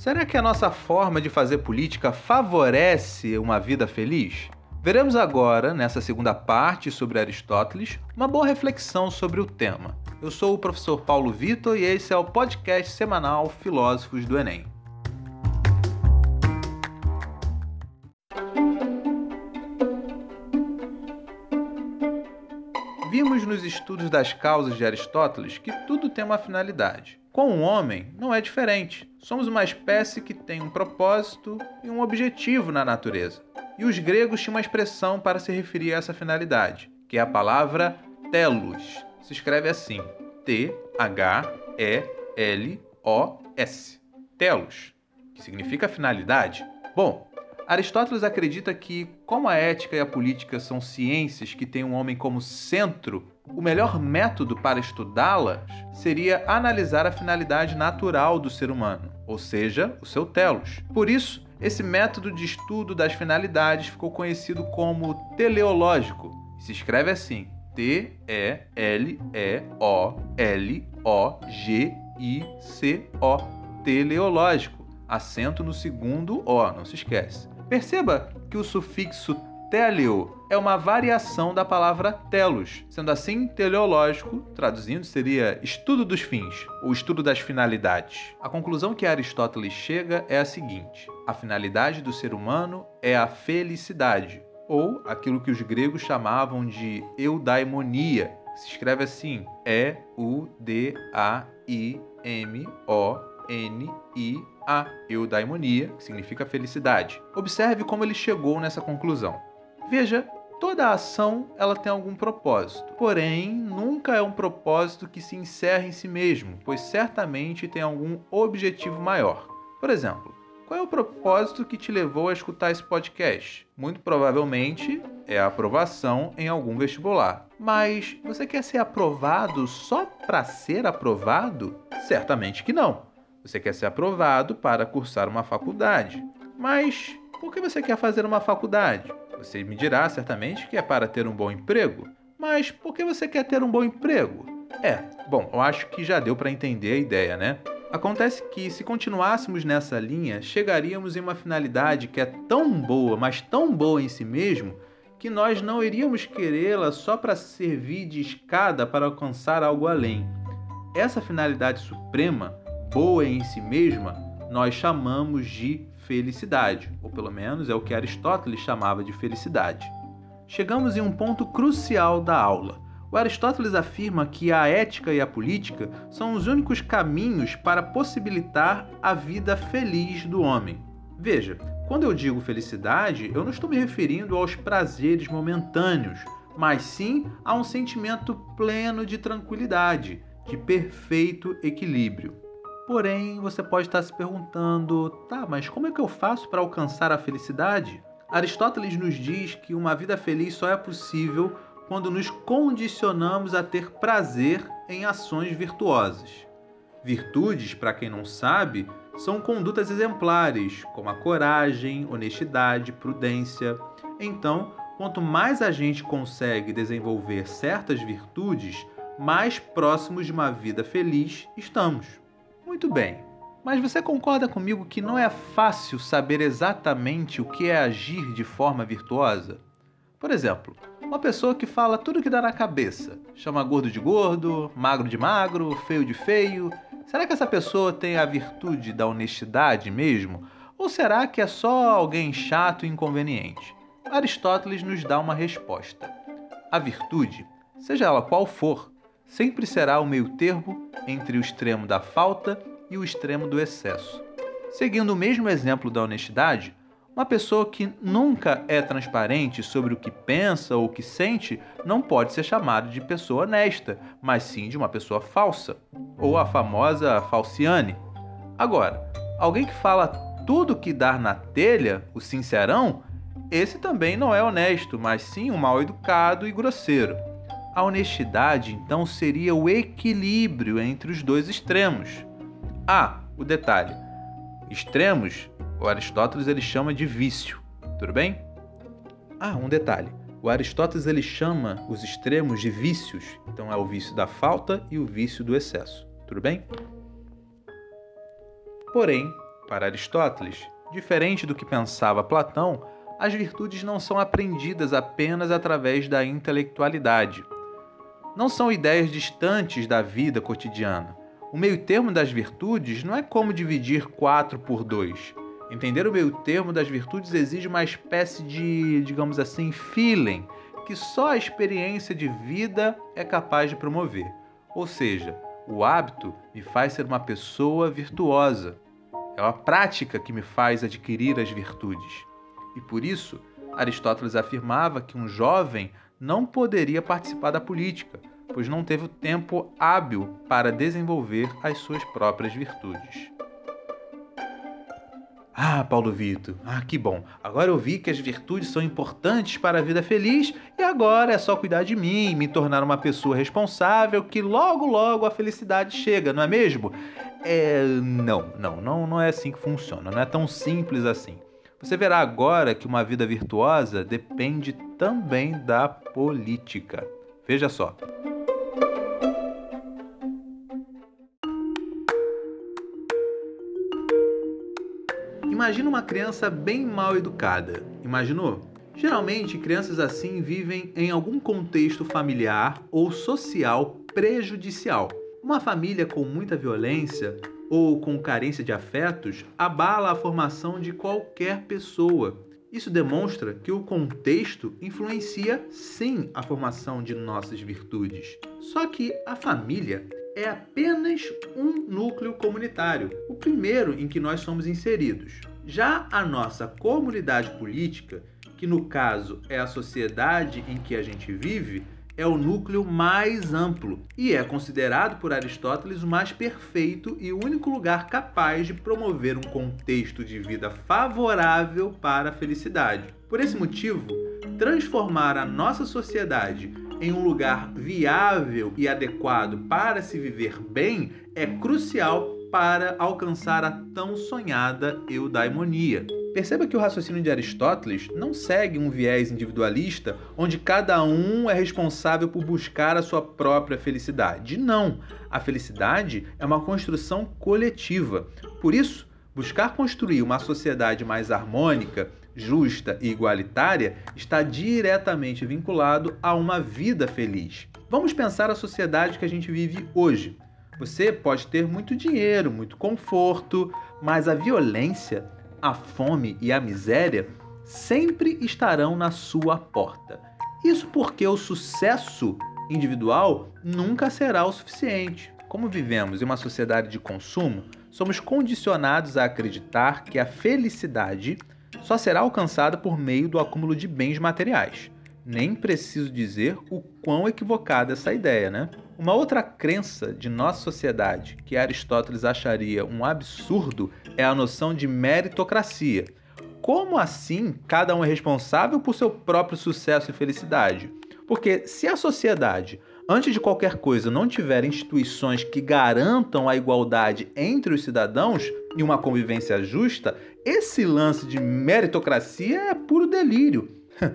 Será que a nossa forma de fazer política favorece uma vida feliz? Veremos agora, nessa segunda parte sobre Aristóteles, uma boa reflexão sobre o tema. Eu sou o professor Paulo Vitor e esse é o podcast semanal Filósofos do Enem. Vimos nos estudos das causas de Aristóteles que tudo tem uma finalidade. Com o homem, não é diferente. Somos uma espécie que tem um propósito e um objetivo na natureza. E os gregos tinham uma expressão para se referir a essa finalidade, que é a palavra telos. Se escreve assim, T-H-E-L-O-S. Telos, que significa finalidade. Bom, Aristóteles acredita que, como a ética e a política são ciências que têm um homem como centro, o melhor método para estudá-las seria analisar a finalidade natural do ser humano, ou seja, o seu telos. Por isso, esse método de estudo das finalidades ficou conhecido como teleológico. Se escreve assim, T-E-L-E-O-L-O-G-I-C-O, teleológico, acento no segundo O, não se esquece. Perceba que o sufixo teleo é uma variação da palavra telos. Sendo assim, teleológico, traduzindo, seria estudo dos fins, ou estudo das finalidades. A conclusão que Aristóteles chega é a seguinte: a finalidade do ser humano é a felicidade, ou aquilo que os gregos chamavam de eudaimonia, que se escreve assim, E-U-D-A-I-M-O-N-I-A, eudaimonia, que significa felicidade. Observe como ele chegou nessa conclusão. Veja, toda ação ela tem algum propósito, porém nunca é um propósito que se encerra em si mesmo, pois certamente tem algum objetivo maior. Por exemplo, qual é o propósito que te levou a escutar esse podcast? Muito provavelmente é a aprovação em algum vestibular. Mas você quer ser aprovado só para ser aprovado? Certamente que não. Você quer ser aprovado para cursar uma faculdade. Mas por que você quer fazer uma faculdade? Você me dirá certamente que é para ter um bom emprego. Mas por que você quer ter um bom emprego? Bom, eu acho que já deu para entender a ideia, né? Acontece que, se continuássemos nessa linha, chegaríamos em uma finalidade que é tão boa, mas tão boa em si mesmo, que nós não iríamos querê-la só para servir de escada para alcançar algo além. Essa finalidade suprema, boa em si mesma, nós chamamos de felicidade, ou pelo menos é o que Aristóteles chamava de felicidade. Chegamos em um ponto crucial da aula. O Aristóteles afirma que a ética e a política são os únicos caminhos para possibilitar a vida feliz do homem. Veja, quando eu digo felicidade, eu não estou me referindo aos prazeres momentâneos, mas sim a um sentimento pleno de tranquilidade, de perfeito equilíbrio. Porém, você pode estar se perguntando, mas como é que eu faço para alcançar a felicidade? Aristóteles nos diz que uma vida feliz só é possível quando nos condicionamos a ter prazer em ações virtuosas. Virtudes, para quem não sabe, são condutas exemplares, como a coragem, honestidade, prudência. Então, quanto mais a gente consegue desenvolver certas virtudes, mais próximos de uma vida feliz estamos. Muito bem, mas você concorda comigo que não é fácil saber exatamente o que é agir de forma virtuosa? Por exemplo, uma pessoa que fala tudo o que dá na cabeça, chama gordo de gordo, magro de magro, feio de feio. Será que essa pessoa tem a virtude da honestidade mesmo? Ou será que é só alguém chato e inconveniente? Aristóteles nos dá uma resposta. A virtude, seja ela qual for, sempre será o meio termo entre o extremo da falta e o extremo do excesso. Seguindo o mesmo exemplo da honestidade, uma pessoa que nunca é transparente sobre o que pensa ou o que sente não pode ser chamada de pessoa honesta, mas sim de uma pessoa falsa, ou a famosa falciane. Agora, alguém que fala tudo que dá na telha, o sincerão, esse também não é honesto, mas sim um mal educado e grosseiro. A honestidade, então, seria o equilíbrio entre os dois extremos. O detalhe. Extremos, o Aristóteles ele chama de vício. Tudo bem? Um detalhe. O Aristóteles ele chama os extremos de vícios. Então é o vício da falta e o vício do excesso. Tudo bem? Porém, Para Aristóteles, diferente do que pensava Platão, as virtudes não são aprendidas apenas através da intelectualidade. Não são ideias distantes da vida cotidiana. O meio-termo das virtudes não é como dividir 4 por 2. Entender o meio-termo das virtudes exige uma espécie de, digamos assim, feeling, que só a experiência de vida é capaz de promover. Ou seja, o hábito me faz ser uma pessoa virtuosa. É a prática que me faz adquirir as virtudes. E por isso, Aristóteles afirmava que um jovem não poderia participar da política, pois não teve o tempo hábil para desenvolver as suas próprias virtudes. Ah, Paulo Vitor, que bom. Agora eu vi que as virtudes são importantes para a vida feliz e agora é só cuidar de mim, me tornar uma pessoa responsável que logo, logo a felicidade chega, não é mesmo? Não é assim que funciona, não é tão simples assim. Você verá agora que uma vida virtuosa depende também da política. Veja só. Imagina uma criança bem mal educada. Imaginou? Geralmente, crianças assim vivem em algum contexto familiar ou social prejudicial. Uma família com muita violência ou com carência de afetos abala a formação de qualquer pessoa. Isso demonstra que o contexto influencia sim a formação de nossas virtudes. Só que a família é apenas um núcleo comunitário, o primeiro em que nós somos inseridos. Já a nossa comunidade política, que no caso é a sociedade em que a gente vive, é o núcleo mais amplo e é considerado por Aristóteles o mais perfeito e o único lugar capaz de promover um contexto de vida favorável para a felicidade. Por esse motivo, transformar a nossa sociedade em um lugar viável e adequado para se viver bem é crucial para alcançar a tão sonhada eudaimonia. Perceba que o raciocínio de Aristóteles não segue um viés individualista onde cada um é responsável por buscar a sua própria felicidade. Não! A felicidade é uma construção coletiva. Por isso, buscar construir uma sociedade mais harmônica, justa e igualitária está diretamente vinculado a uma vida feliz. Vamos pensar a sociedade que a gente vive hoje. Você pode ter muito dinheiro, muito conforto, mas a violência, a fome e a miséria sempre estarão na sua porta. Isso porque o sucesso individual nunca será o suficiente. Como vivemos em uma sociedade de consumo, somos condicionados a acreditar que a felicidade só será alcançada por meio do acúmulo de bens materiais. Nem preciso dizer o quão equivocada essa ideia, né? Uma outra crença de nossa sociedade que Aristóteles acharia um absurdo é a noção de meritocracia. Como assim cada um é responsável por seu próprio sucesso e felicidade? Porque se a sociedade, antes de qualquer coisa, não tiver instituições que garantam a igualdade entre os cidadãos e uma convivência justa, esse lance de meritocracia é puro delírio.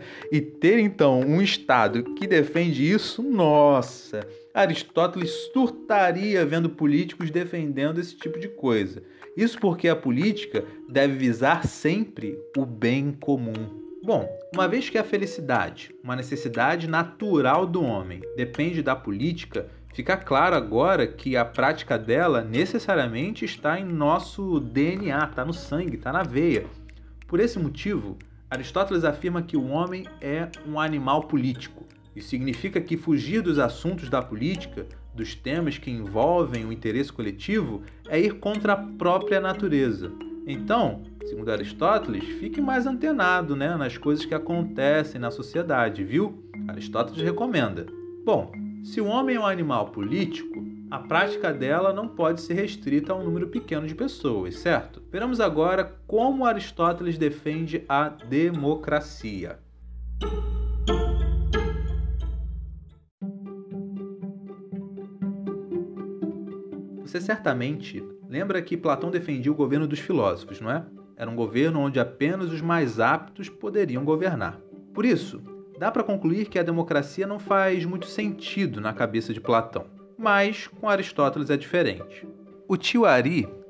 E ter então um Estado que defende isso, nossa, Aristóteles surtaria vendo políticos defendendo esse tipo de coisa. Isso porque a política deve visar sempre o bem comum. Bom, uma vez que a felicidade, uma necessidade natural do homem, depende da política, fica claro agora que a prática dela necessariamente está em nosso DNA, está no sangue, está na veia. Por esse motivo, Aristóteles afirma que o homem é um animal político. Isso significa que fugir dos assuntos da política, dos temas que envolvem o interesse coletivo, é ir contra a própria natureza. Então, segundo Aristóteles, fique mais antenado, nas coisas que acontecem na sociedade, viu? Aristóteles recomenda. Bom, se o homem é um animal político, a prática dela não pode ser restrita a um número pequeno de pessoas, certo? Veremos agora como Aristóteles defende a democracia. Você certamente lembra que Platão defendia o governo dos filósofos, não é? Era um governo onde apenas os mais aptos poderiam governar. Por isso, dá para concluir que a democracia não faz muito sentido na cabeça de Platão. Mas com Aristóteles é diferente. O tio Ari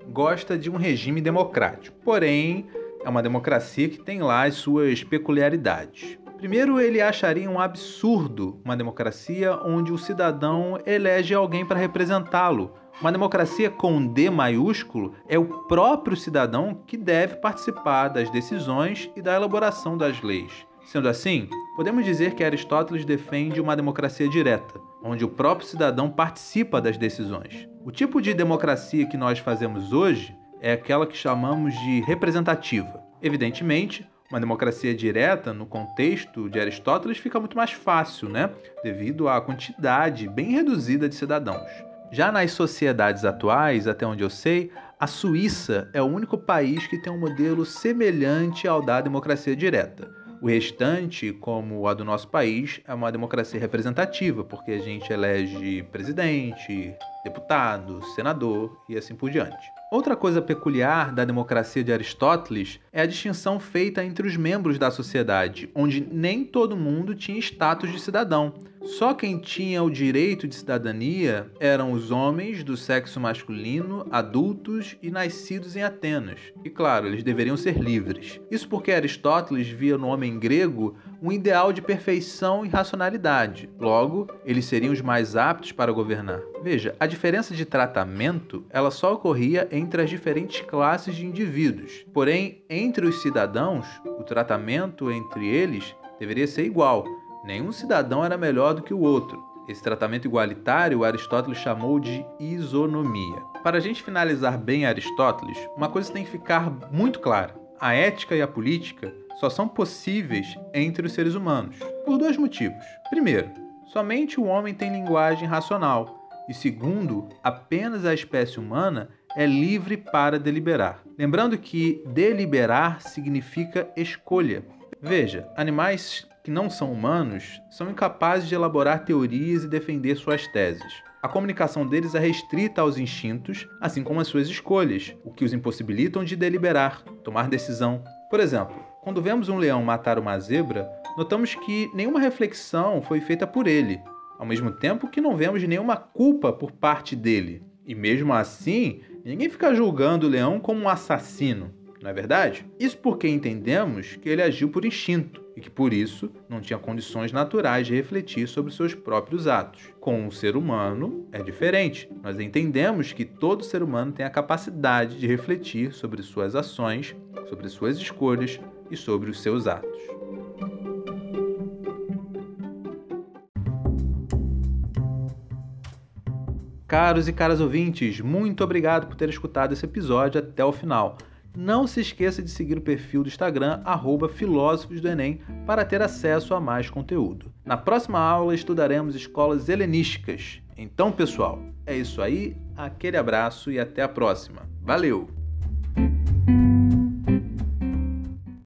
gosta de um regime democrático, porém é uma democracia que tem lá as suas peculiaridades. Primeiro, ele acharia um absurdo uma democracia onde o cidadão elege alguém para representá-lo. Uma democracia com D maiúsculo é o próprio cidadão que deve participar das decisões e da elaboração das leis. Sendo assim, podemos dizer que Aristóteles defende uma democracia direta, onde o próprio cidadão participa das decisões. O tipo de democracia que nós fazemos hoje é aquela que chamamos de representativa. Evidentemente, uma democracia direta, no contexto de Aristóteles, fica muito mais fácil, né? Devido à quantidade bem reduzida de cidadãos. Já nas sociedades atuais, até onde eu sei, a Suíça é o único país que tem um modelo semelhante ao da democracia direta. O restante, como a do nosso país, é uma democracia representativa, porque a gente elege presidente, deputado, senador e assim por diante. Outra coisa peculiar da democracia de Aristóteles é a distinção feita entre os membros da sociedade, onde nem todo mundo tinha status de cidadão. Só quem tinha o direito de cidadania eram os homens do sexo masculino, adultos e nascidos em Atenas. E claro, eles deveriam ser livres. Isso porque Aristóteles via no homem grego um ideal de perfeição e racionalidade. Logo, eles seriam os mais aptos para governar. Veja, a diferença de tratamento ela só ocorria entre as diferentes classes de indivíduos. Porém, entre os cidadãos, o tratamento entre eles deveria ser igual. Nenhum cidadão era melhor do que o outro. Esse tratamento igualitário Aristóteles chamou de isonomia. Para a gente finalizar bem Aristóteles, uma coisa tem que ficar muito clara. A ética e a política só são possíveis entre os seres humanos, por dois motivos. Primeiro, somente o homem tem linguagem racional. E segundo, apenas a espécie humana é livre para deliberar. Lembrando que deliberar significa escolha. Veja, animais que não são humanos são incapazes de elaborar teorias e defender suas teses. A comunicação deles é restrita aos instintos, assim como às suas escolhas, o que os impossibilitam de deliberar, tomar decisão. Por exemplo, quando vemos um leão matar uma zebra, notamos que nenhuma reflexão foi feita por ele, ao mesmo tempo que não vemos nenhuma culpa por parte dele. E mesmo assim, ninguém fica julgando o leão como um assassino, não é verdade? Isso porque entendemos que ele agiu por instinto e que, por isso, não tinha condições naturais de refletir sobre seus próprios atos. Com o ser humano, é diferente. Nós entendemos que todo ser humano tem a capacidade de refletir sobre suas ações, sobre suas escolhas e sobre os seus atos. Caros e caras ouvintes, muito obrigado por ter escutado esse episódio até o final. Não se esqueça de seguir o perfil do Instagram, @filósofosdoenem, para ter acesso a mais conteúdo. Na próxima aula estudaremos escolas helenísticas. Então, pessoal, é isso aí, aquele abraço e até a próxima. Valeu!